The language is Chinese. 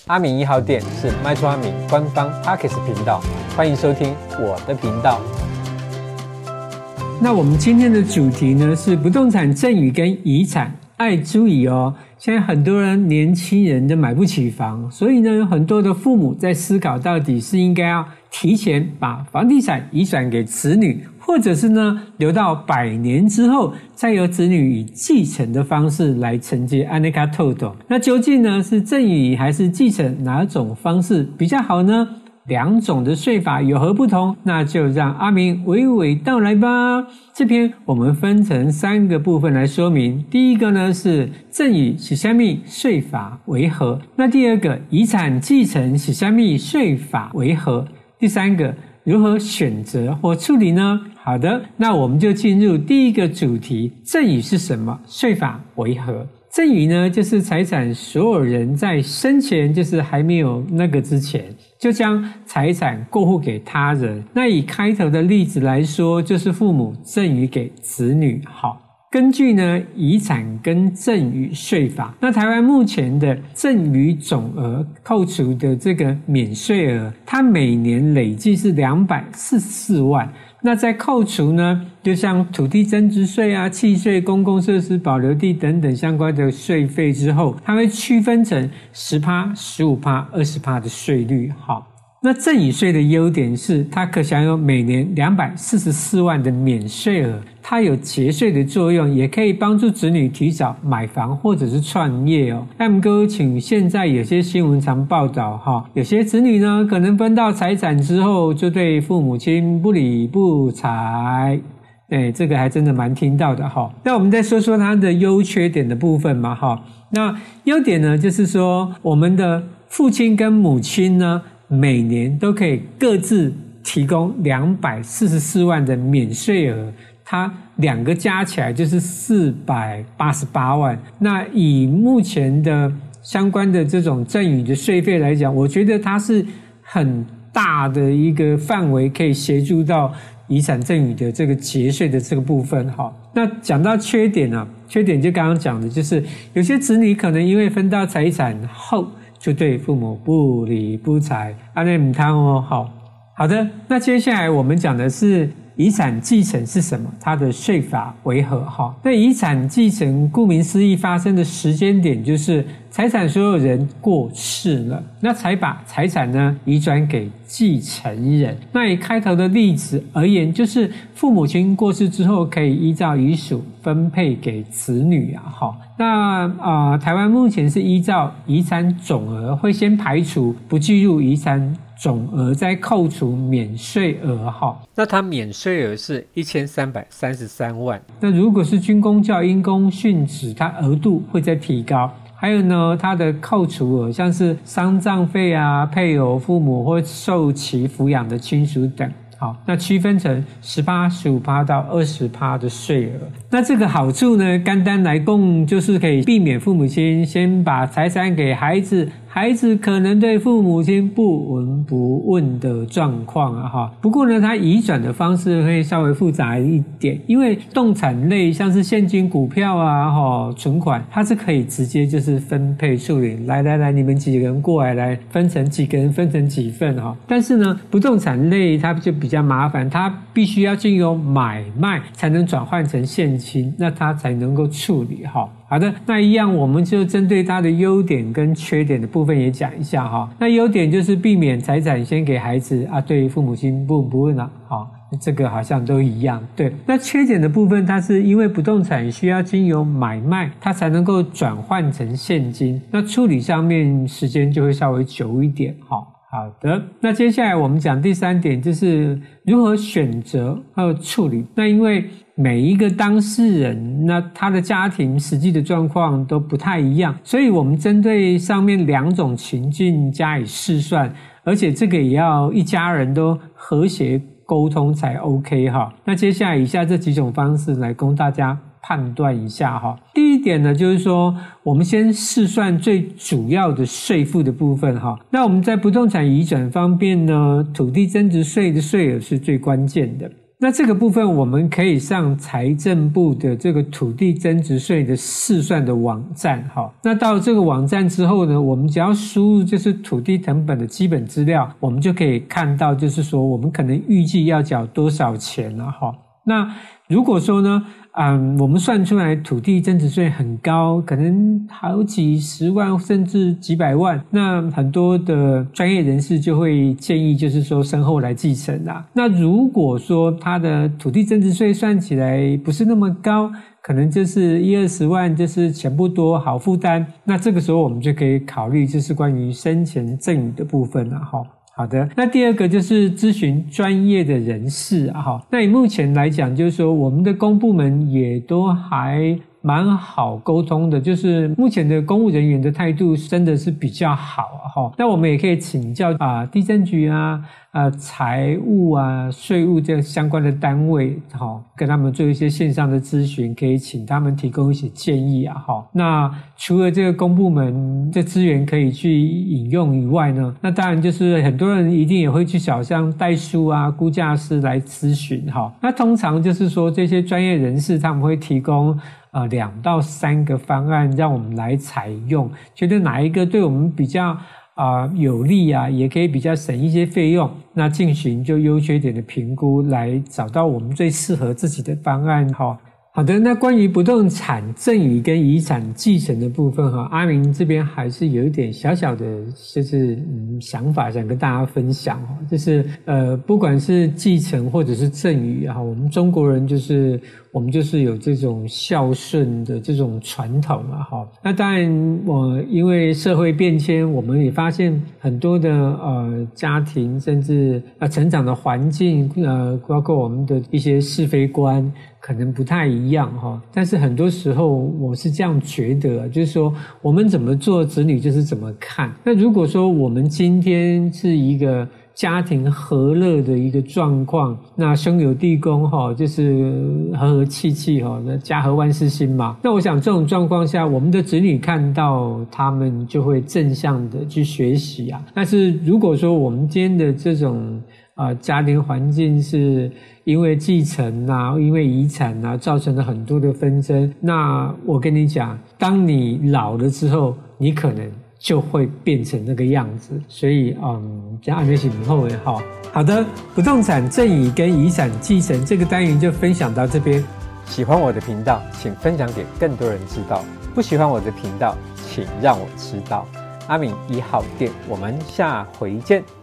阿明1号店是卖厝阿明官方 Podcast 频道，欢迎收听我的频道。 那我们今天的主题呢是不动产赠与跟遗产，爱注意哦。现在很多人年轻人都买不起房，所以呢，很多的父母在思考到底是应该要提前把房地产移转给子女，或者是呢留到100年之后，再由子女以继承的方式来承接安内卡透透。那究竟呢是赠与还是继承，哪种方式比较好呢？两种的税法有何不同？那就让阿明娓娓道来吧。这篇我们分成3个部分来说明。第一个呢是赠与是什么税法为何？那第二个遗产继承是什么税法为何？第三个如何选择或处理呢？好的，那我们就进入第一个主题，赠与是什么？税法为何？赠与呢，就是财产所有人在生前，就是还没有那个之前，就将财产过户给他人。那以开头的例子来说，就是父母赠与给子女。好，根据呢遗产跟赠与税法，那台湾目前的赠与总额扣除的这个免税额，它每年累计是244万。那在扣除呢，就像土地增值税啊、契税、公共设施保留地等等相关的税费之后，它会区分成 10%、15%、20% 的税率。好，那赠与税的优点是它可享有每年244万的免税额，它有节税的作用，也可以帮助子女提早买房或者是创业哦。M 哥，请现在有些新闻常报道有些子女呢可能分到财产之后就对父母亲不理不睬，这个还真的蛮听到的齁。那我们再说说它的优缺点的部分嘛齁。那优点呢就是说我们的父亲跟母亲呢每年都可以各自提供244万的免税额，它两个加起来就是488万。那以目前的相关的这种赠与的税费来讲，我觉得它是很大的一个范围可以协助到遗产赠与的这个节税的这个部分。那讲到缺点啊，缺点就刚刚讲的，就是有些子女可能因为分到财产后就对父母不理不睬，这样不通哦。好的，那接下来我们讲的是遗产继承是什么，它的税法为何。那遗产继承顾名思义发生的时间点就是财产所有人过世了，那才把财产呢移转给继承人。那以开头的例子而言，就是父母亲过世之后可以依照遗属分配给子女啊。那台湾目前是依照遗产总额会先排除不计入遗产总额，再扣除免税额。 那它免税额是1333万。 那如果是军公教因公殉职，它额度会再提高。还有呢，它的扣除额像是丧葬费啊、配偶、父母或受其抚养的亲属等。好，那区分成 18%、15% 到 20% 的税额。那这个好处呢，简单来讲就是可以避免父母亲先把财产给孩子，孩子可能对父母亲不闻不问的状况啊。不过呢，它移转的方式会稍微复杂一点，因为动产类像是现金、股票啊、存款，它是可以直接就是分配处理，来，你们几个人过来分成几个人，分成几份但是呢，不动产类它就比较麻烦，它必须要经由买卖才能转换成现金，那它才能够处理。好的，那一样我们就针对它的优点跟缺点的部分也讲一下那优点就是避免财产先给孩子对父母亲不闻不问这个好像都一样。对，那缺点的部分，它是因为不动产需要经由买卖，它才能够转换成现金，那处理上面时间就会稍微久一点。好的，那接下来我们讲第3点，就是如何选择和处理。那因为每一个当事人，那他的家庭实际的状况都不太一样，所以我们针对上面2种情境加以试算，而且这个也要一家人都和谐沟通才 OK 那接下来以下这几种方式来供大家判断一下第一点呢，就是说我们先试算最主要的税负的部分那我们在不动产移转方面呢，土地增值税的税额是最关键的。 那这个部分我们可以上财政部的这个土地增值税的试算的网站，那到这个网站之后呢，我们只要输入就是土地誊本的基本资料，我们就可以看到就是说我们可能预计要缴多少钱了。那如果说呢我们算出来土地增值税很高，可能好几十万甚至几百万，那很多的专业人士就会建议就是说身后来继承啦。那如果说他的土地增值税算起来不是那么高，可能就是10-20万，就是钱不多好负担，那这个时候我们就可以考虑就是关于生前赠与的部分啦。好的，那第二个就是咨询专业的人士那以目前来讲就是说我们的公部门也都还蛮好沟通的，就是目前的公务人员的态度真的是比较好那我们也可以请教地政局财务税务这相关的单位跟他们做一些线上的咨询，可以请他们提供一些建议那除了这个公部门的资源可以去引用以外呢，那当然就是很多人一定也会去找像代书估价师来咨询那通常就是说这些专业人士他们会提供2到3个方案让我们来采用，觉得哪一个对我们比较有利也可以比较省一些费用，那进行就优缺点的评估，来找到我们最适合自己的方案好的，那关于不动产赠与跟遗产继承的部分阿明这边还是有一点小小的就是想法想跟大家分享就是不管是继承或者是赠与我们中国人我们就是有这种孝顺的这种传统那当然因为社会变迁，我们也发现很多的家庭甚至成长的环境包括我们的一些是非观可能不太一样但是很多时候我是这样觉得就是说我们怎么做子女就是怎么看。那如果说我们今天是一个家庭和乐的一个状况，那兄友弟恭就是和和气气那家和万事兴嘛，那我想这种状况下我们的子女看到他们就会正向的去学习但是如果说我们今天的这种家庭环境是因为继承因为遗产造成了很多的纷争，那我跟你讲，当你老了之后你可能就会变成那个样子，所以这样是很后悔好的，不动产赠与跟遗产继承这个单元就分享到这边。 喜欢我的频道请分享给更多人知道，不喜欢我的频道请让我知道。阿明1号店，我们下回见。